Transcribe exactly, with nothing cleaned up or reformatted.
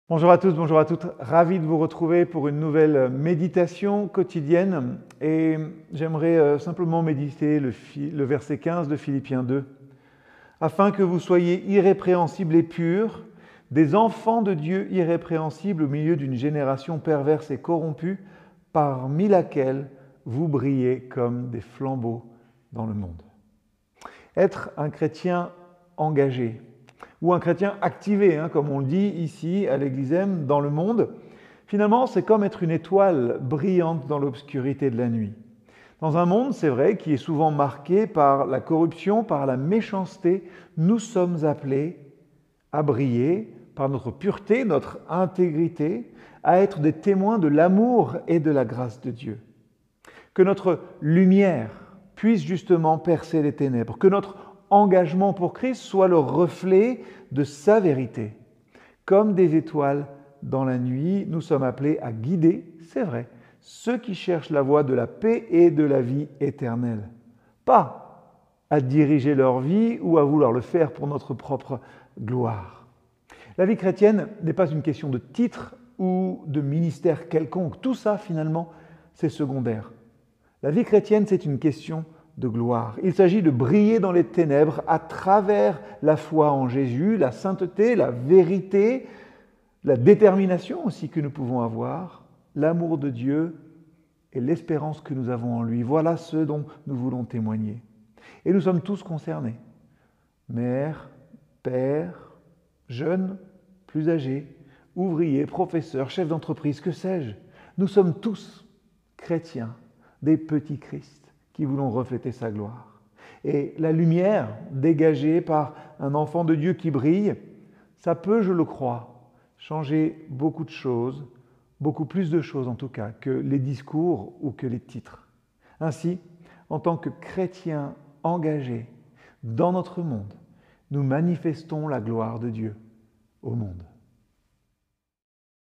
Bonjour à tous, bonjour à toutes, ravi de vous retrouver pour une nouvelle méditation quotidienne et j'aimerais simplement méditer le, le verset quinze de Philippiens deux. Afin que vous soyez irrépréhensibles et purs, des enfants de Dieu irrépréhensibles au milieu d'une génération perverse et corrompue, parmi laquelle vous brillez comme des flambeaux dans le monde. Être un chrétien engagé, ou un chrétien activé, hein, comme on le dit ici à l'Église M, dans le monde, finalement, c'est comme être une étoile brillante dans l'obscurité de la nuit. Dans un monde, c'est vrai, qui est souvent marqué par la corruption, par la méchanceté, nous sommes appelés à briller par notre pureté, notre intégrité, à être des témoins de l'amour et de la grâce de Dieu. Que notre lumière puisse justement percer les ténèbres, que notre engagement pour Christ soit le reflet de sa vérité. Comme des étoiles dans la nuit, nous sommes appelés à guider, c'est vrai, ceux qui cherchent la voie de la paix et de la vie éternelle. Pas à diriger leur vie ou à vouloir le faire pour notre propre gloire. La vie chrétienne n'est pas une question de titre ou de ministère quelconque. Tout ça, finalement, c'est secondaire. La vie chrétienne, c'est une question de gloire. Il s'agit de briller dans les ténèbres à travers la foi en Jésus, la sainteté, la vérité, la détermination aussi que nous pouvons avoir, l'amour de Dieu et l'espérance que nous avons en lui. Voilà ce dont nous voulons témoigner. Et nous sommes tous concernés. Mères, pères, jeunes, plus âgés, ouvriers, professeurs, chefs d'entreprise, que sais-je. Nous sommes tous chrétiens, des petits Christ, qui voulons refléter sa gloire. Et la lumière dégagée par un enfant de Dieu qui brille, ça peut, je le crois, changer beaucoup de choses, beaucoup plus de choses en tout cas, que les discours ou que les titres. Ainsi, en tant que chrétiens engagés dans notre monde, nous manifestons la gloire de Dieu au monde.